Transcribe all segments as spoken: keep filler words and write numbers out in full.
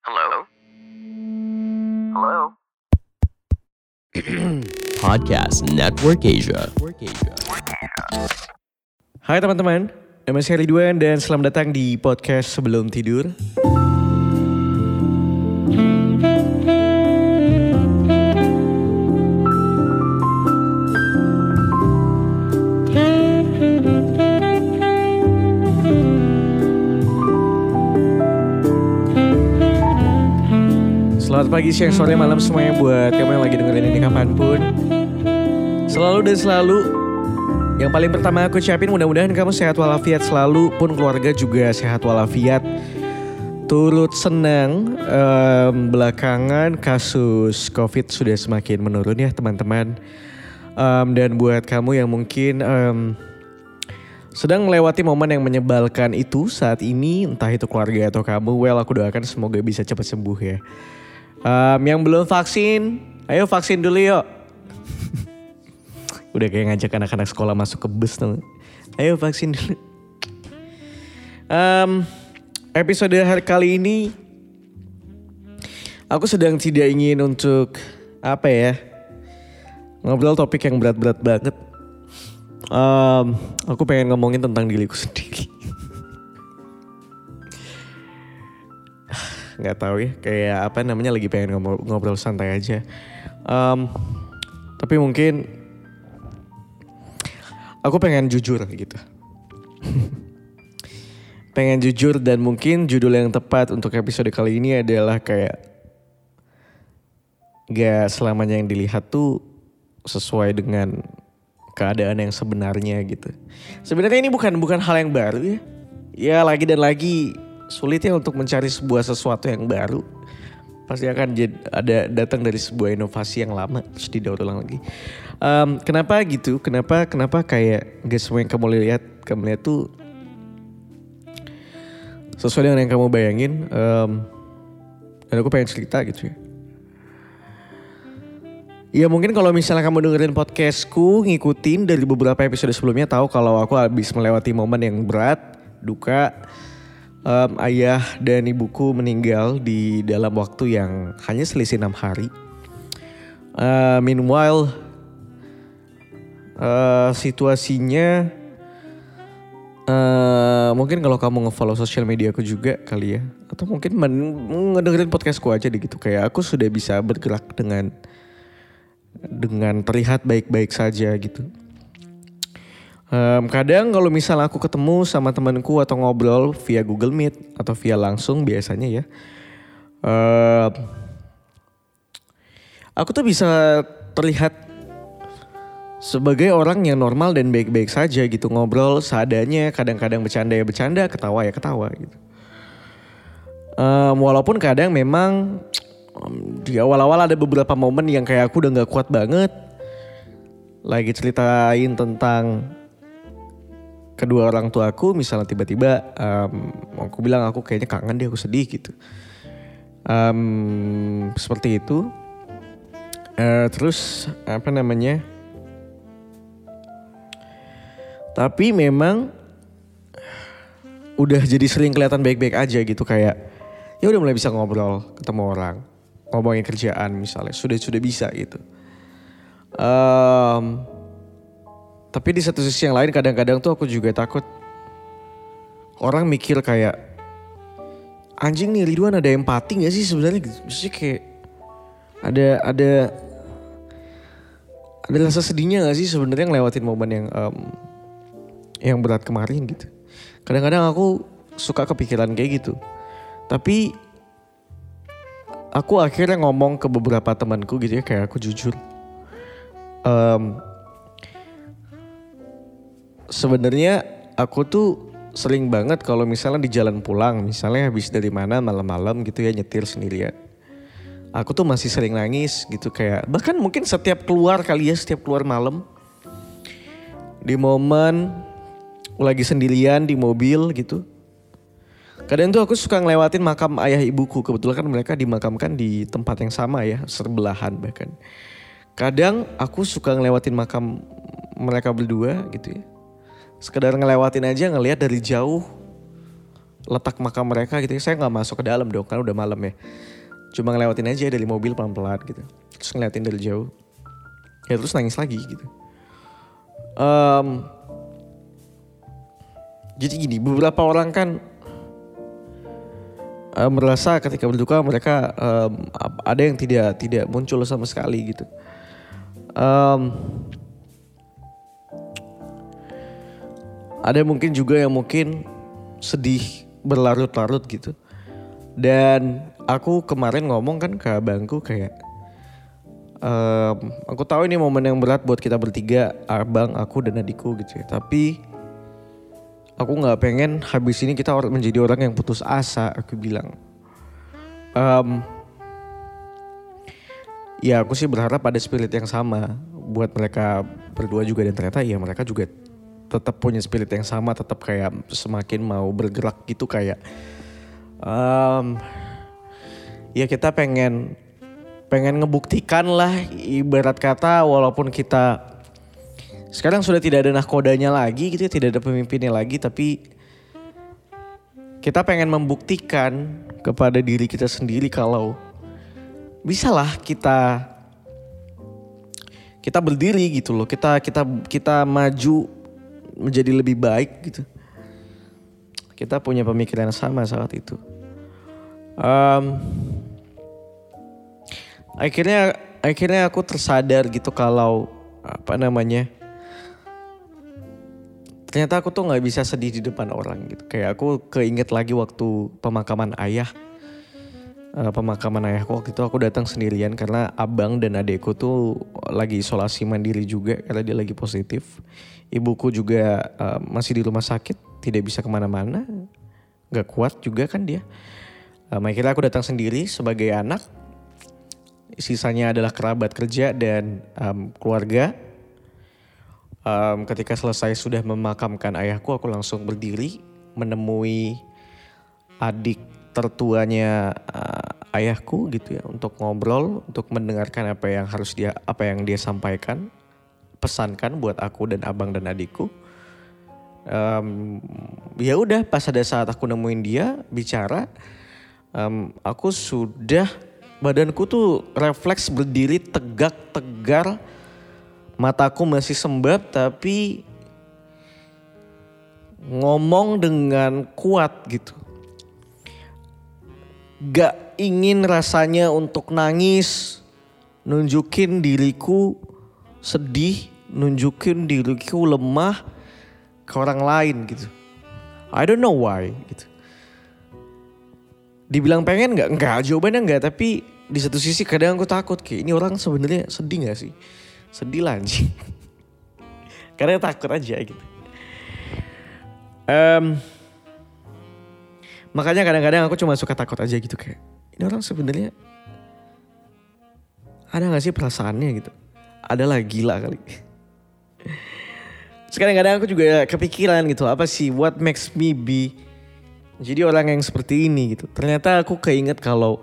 Hello? Hello? Podcast Network Asia. Hai teman-teman, nama saya Ridwan dan selamat datang di podcast Sebelum Tidur. Selamat pagi, siang, sore, malam semuanya buat kamu yang lagi dengerin ini kapanpun. Selalu dan selalu, yang paling pertama aku ucapin mudah-mudahan kamu sehat walafiat selalu, pun keluarga juga sehat walafiat. Turut senang um, belakangan kasus COVID sudah semakin menurun ya teman-teman. Um, dan buat kamu yang mungkin um, sedang melewati momen yang menyebalkan itu saat ini, entah itu keluarga atau kamu, well aku doakan semoga bisa cepat sembuh ya. Um, yang belum vaksin, ayo vaksin dulu yuk. Udah kayak ngajak anak-anak sekolah masuk ke bus tuh. Ayo vaksin dulu. Um, episode hari kali ini, aku sedang tidak ingin untuk apa ya, ngobrol topik yang berat-berat banget. Um, aku pengen ngomongin tentang diriku sendiri. Nggak tahu ya, kayak apa namanya, lagi pengen ngobrol, ngobrol santai aja. Um, tapi mungkin aku pengen jujur gitu. Pengen jujur dan mungkin judul yang tepat untuk episode kali ini adalah kayak gak selamanya yang dilihat tuh sesuai dengan keadaan yang sebenarnya gitu. Sebenarnya ini bukan bukan hal yang baru ya. Ya lagi dan lagi sulitnya untuk mencari sebuah sesuatu yang baru. Pasti akan jad, ada datang dari sebuah inovasi yang lama terus didaur ulang lagi. Um, kenapa gitu? Kenapa kenapa kayak gak semua yang kamu lihat kamu lihat tuh sesuai dengan yang kamu bayangin. Um, dan aku pengen cerita gitu ya. Ya mungkin kalau misalnya kamu dengerin podcastku, ngikutin dari beberapa episode sebelumnya, tahu kalau aku habis melewati momen yang berat, duka. Um, ayah dan ibuku meninggal di dalam waktu yang hanya selisih enam hari. Uh, meanwhile, uh, situasinya uh, mungkin kalau kamu nge-follow sosial media aku juga kali ya, atau mungkin men- ngedengerin podcastku aja deh gitu, kayak aku sudah bisa bergerak dengan dengan terlihat baik-baik saja gitu. Um, kadang kalau misalnya aku ketemu sama temanku atau ngobrol via Google Meet atau via langsung biasanya ya, um, aku tuh bisa terlihat sebagai orang yang normal dan baik-baik saja gitu, ngobrol seadanya, kadang-kadang bercanda ya bercanda, ketawa ya ketawa gitu. Um, walaupun kadang memang um, di awal-awal ada beberapa momen yang kayak aku udah gak kuat banget, lagi ceritain tentang kedua orang tua aku, misalnya tiba-tiba um, aku bilang aku kayaknya kangen deh, aku sedih gitu. Um, seperti itu. Uh, terus apa namanya? Tapi memang udah jadi sering kelihatan baik-baik aja gitu, kayak ya udah mulai bisa ngobrol, ketemu orang, ngomongin kerjaan misalnya, sudah sudah bisa gitu. Um, Tapi di satu sisi yang lain kadang-kadang tuh aku juga takut orang mikir kayak, anjing nih Ridwan ada empati gak sih sebenarnya gitu. Maksudnya kayak ada ada ada rasa sedihnya gak sih sebenarnya ngelewatin momen yang um, yang berat kemarin gitu. Kadang-kadang aku suka kepikiran kayak gitu. Tapi aku akhirnya ngomong ke beberapa temanku gitu ya, kayak aku jujur. Um, Sebenarnya aku tuh sering banget kalau misalnya di jalan pulang, misalnya habis dari mana malam-malam gitu ya, nyetir sendirian. Aku tuh masih sering nangis gitu, kayak bahkan mungkin setiap keluar kali ya, setiap keluar malam. Di momen lagi sendirian di mobil gitu. Kadang tuh aku suka ngelewatin makam ayah ibuku, kebetulan kan mereka dimakamkan di tempat yang sama ya, sebelahan bahkan. Kadang aku suka ngelewatin makam mereka berdua gitu ya. Sekedar ngelewatin aja, ngelihat dari jauh letak makam mereka gitu. Saya nggak masuk ke dalam dong, kan udah malam ya. Cuma ngelewatin aja dari mobil pelan-pelan gitu. Terus ngeliatin dari jauh. Ya terus nangis lagi gitu. Um, jadi gini, beberapa orang kan uh, merasa ketika berduka mereka um, ada yang tidak tidak muncul sama sekali gitu. Um, ada mungkin juga yang mungkin sedih berlarut-larut gitu. Dan aku kemarin ngomong kan ke abangku kayak, um, aku tahu ini momen yang berat buat kita bertiga, abang, aku dan adikku gitu ya. Tapi aku nggak pengen habis ini kita menjadi orang yang putus asa. Aku bilang, um, ya aku sih berharap ada spirit yang sama buat mereka berdua juga, dan ternyata ya mereka juga tetap punya spirit yang sama, tetap kayak semakin mau bergerak gitu kayak, um, ya kita pengen pengen ngebuktikan lah, ibarat kata walaupun kita sekarang sudah tidak ada nahkodanya lagi gitu ya, tidak ada pemimpinnya lagi, tapi kita pengen membuktikan kepada diri kita sendiri kalau bisalah kita kita berdiri gitu loh, kita kita kita maju menjadi lebih baik gitu. Kita punya pemikiran yang sama saat itu. Um, akhirnya akhirnya aku tersadar gitu kalau apa namanya, ternyata aku tuh nggak bisa sedih di depan orang gitu. Kayak aku keinget lagi waktu pemakaman ayah. Uh, pemakaman ayahku waktu itu aku datang sendirian karena abang dan adekku tuh lagi isolasi mandiri juga karena dia lagi positif. Ibuku juga uh, masih di rumah sakit, tidak bisa kemana-mana, gak kuat juga kan dia. Um, akhirnya aku datang sendiri sebagai anak, sisanya adalah kerabat kerja dan um, keluarga. Um, ketika selesai sudah memakamkan ayahku, aku langsung berdiri menemui adik tertuanya uh, ayahku gitu ya, untuk ngobrol, untuk mendengarkan apa yang harus dia apa yang dia sampaikan, pesankan buat aku dan abang dan adikku. Um, ya udah, pas ada saat aku nemuin dia bicara, um, aku sudah badanku tuh refleks berdiri tegak tegar, mataku masih sembab tapi ngomong dengan kuat gitu. Gak ingin rasanya untuk nangis, nunjukin diriku sedih, nunjukin diriku lemah ke orang lain gitu. I don't know why gitu. Dibilang pengen gak? Enggak, jawabannya enggak. Tapi di satu sisi kadang aku takut kayak ini orang sebenarnya sedih gak sih? Sedih lah anjing. Karena takut aja gitu. Um, Makanya kadang-kadang aku cuma suka takut aja gitu kayak, ini orang sebenarnya ada gak sih perasaannya gitu? Adalah gila kali. Terus kadang-kadang aku juga kepikiran gitu, apa sih what makes me be jadi orang yang seperti ini gitu. Ternyata aku keinget kalau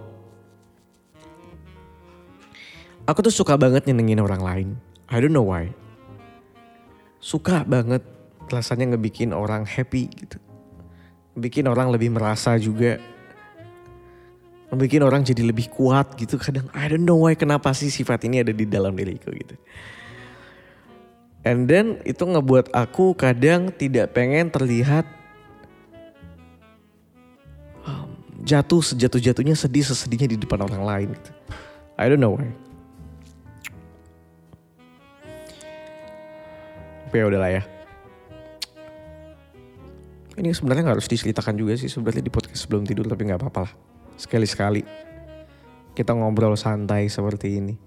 aku tuh suka banget nyenengin orang lain. I don't know why. Suka banget rasanya ngebikin orang happy gitu. Bikin orang lebih merasa juga, bikin orang jadi lebih kuat gitu. Kadang I don't know why, kenapa sih sifat ini ada di dalam diriku gitu. And then itu ngebuat aku kadang tidak pengen terlihat um, jatuh sejatuh-jatuhnya, sedih sesedihnya di depan orang lain gitu. I don't know why. Tapi ya udahlah ya. Ini sebenarnya gak harus diceritakan juga sih sebenarnya di podcast sebelum tidur, tapi gak apa-apa lah. Sekali-sekali kita ngobrol santai seperti ini.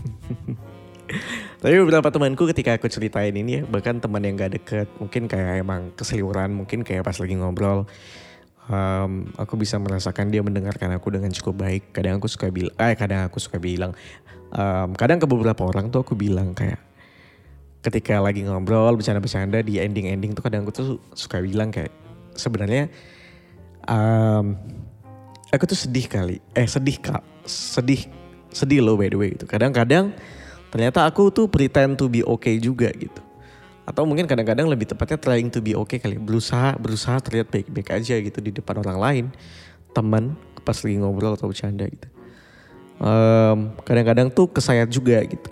Tapi beberapa temanku ketika aku ceritain ini ya, bahkan teman yang gak deket, mungkin kayak emang keseliweran, mungkin kayak pas lagi ngobrol, um, aku bisa merasakan dia mendengarkan aku dengan cukup baik. Kadang aku suka bilang, eh kadang aku suka bilang, um, kadang ke beberapa orang tuh aku bilang kayak, ketika lagi ngobrol bercanda-bercanda di ending-ending tuh kadang aku tuh suka bilang kayak, sebenarnya um, aku tuh sedih kali, eh sedih kak, sedih, sedih loh by the way gitu. Kadang-kadang ternyata aku tuh pretend to be okay juga gitu. Atau mungkin kadang-kadang lebih tepatnya trying to be okay kali. Berusaha, berusaha terlihat baik-baik aja gitu di depan orang lain. Teman pas lagi ngobrol atau bercanda gitu. Um, kadang-kadang tuh kesayat juga gitu.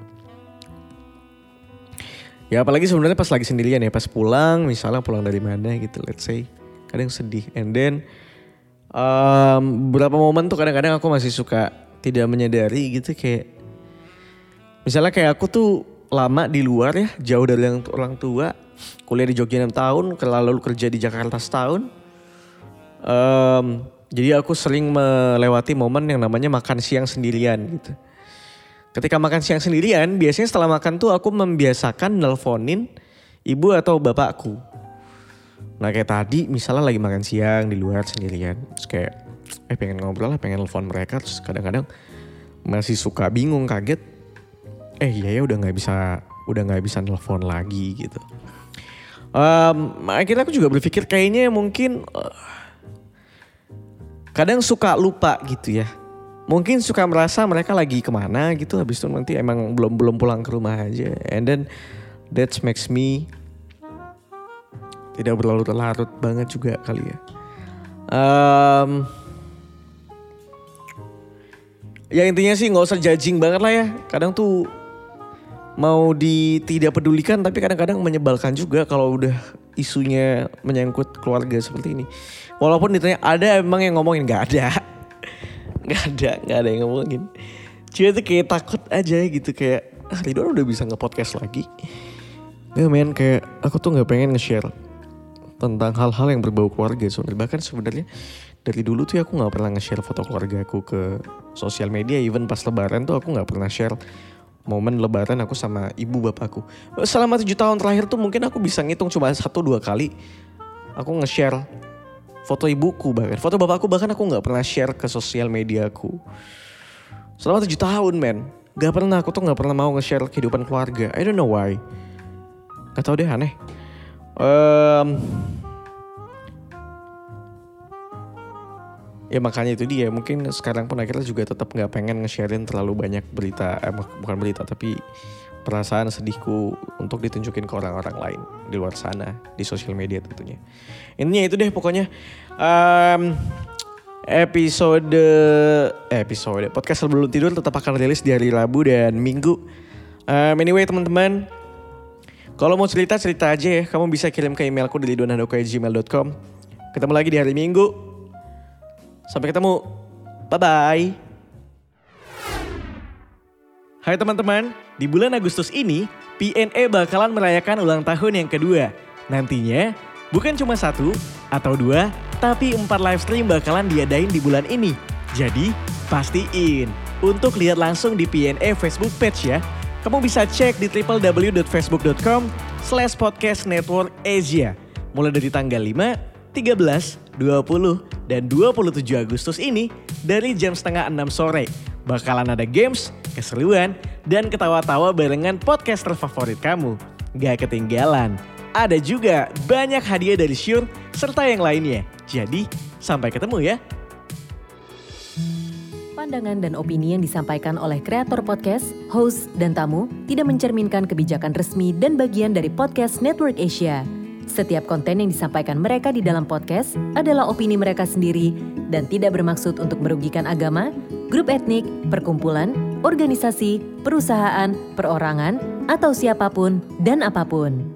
Ya apalagi sebenarnya pas lagi sendirian ya. Pas pulang misalnya pulang dari mana gitu let's say. Kadang sedih. And then um, beberapa momen tuh kadang-kadang aku masih suka tidak menyadari gitu kayak. Misalnya kayak aku tuh lama di luar ya, jauh dari orang tua, kuliah di Jogja enam tahun, lalu kerja di Jakarta setahun. Um, jadi aku sering melewati momen yang namanya makan siang sendirian gitu. Ketika makan siang sendirian, biasanya setelah makan tuh aku membiasakan nelponin ibu atau bapakku. Nah kayak tadi misalnya lagi makan siang di luar sendirian, terus kayak eh pengen ngobrol lah, pengen nelpon mereka, terus kadang-kadang masih suka bingung, kaget. Eh iya ya udah nggak bisa udah nggak bisa nelfon lagi gitu. Um, akhirnya aku juga berpikir kayaknya mungkin uh, kadang suka lupa gitu ya. Mungkin suka merasa mereka lagi kemana gitu. Habis itu nanti emang belum belum pulang ke rumah aja. And then that makes me tidak berlarut-larut banget juga kali ya. Um, ya intinya sih nggak usah judging banget lah ya. Kadang tuh mau di tidak pedulikan tapi kadang-kadang menyebalkan juga kalau udah isunya menyangkut keluarga seperti ini. Walaupun ditanya ada emang yang ngomongin, gak ada. Gak ada, gak ada yang ngomongin. Cuma tuh kayak takut aja gitu kayak ah Ridwan udah bisa nge-podcast lagi. Ya men kayak aku tuh gak pengen nge-share tentang hal-hal yang berbau keluarga sebenarnya. Bahkan sebenarnya dari dulu tuh aku gak pernah nge-share foto keluarga aku ke sosial media. Even pas lebaran tuh aku gak pernah share momen lebaran aku sama ibu bapakku. Selama tujuh tahun terakhir tuh mungkin aku bisa ngitung cuma satu dua kali aku nge-share foto ibuku bahkan. Foto bapakku bahkan aku gak pernah share ke sosial media aku. Selama tujuh tahun men. Gak pernah, aku tuh gak pernah mau nge-share kehidupan keluarga. I don't know why. Gak tau deh, aneh. Um, Ya makanya itu dia, mungkin sekarang pun akhirnya juga tetap gak pengen nge-sharein terlalu banyak berita, eh, bukan berita tapi perasaan sedihku untuk ditunjukin ke orang-orang lain di luar sana, di sosial media tentunya. Intinya itu deh pokoknya. Um, episode, eh, episode podcast sebelum tidur tetap akan rilis di hari Rabu dan Minggu. Um, anyway teman-teman, kalau mau cerita-cerita aja ya, kamu bisa kirim ke emailku di ridwan handoko at gmail dot com. Ketemu lagi di hari Minggu. Sampai ketemu. Bye-bye. Hai teman-teman, di bulan Agustus ini, P N E bakalan merayakan ulang tahun yang kedua. Nantinya, bukan cuma satu atau dua, tapi empat live stream bakalan diadain di bulan ini. Jadi, pastiin untuk lihat langsung di P N E Facebook page ya. Kamu bisa cek di w w w dot facebook dot com slash podcast network asia. Mulai dari tanggal lima, tiga belas, dua puluh, dan dua puluh tujuh Agustus ini dari jam setengah enam sore. Bakalan ada games, keseruan, dan ketawa-tawa barengan podcaster favorit kamu. Gak ketinggalan. Ada juga banyak hadiah dari Shure serta yang lainnya. Jadi sampai ketemu ya. Pandangan dan opini yang disampaikan oleh kreator podcast, host, dan tamu tidak mencerminkan kebijakan resmi dan bagian dari Podcast Network Asia. Setiap konten yang disampaikan mereka di dalam podcast adalah opini mereka sendiri dan tidak bermaksud untuk merugikan agama, grup etnik, perkumpulan, organisasi, perusahaan, perorangan, atau siapapun dan apapun.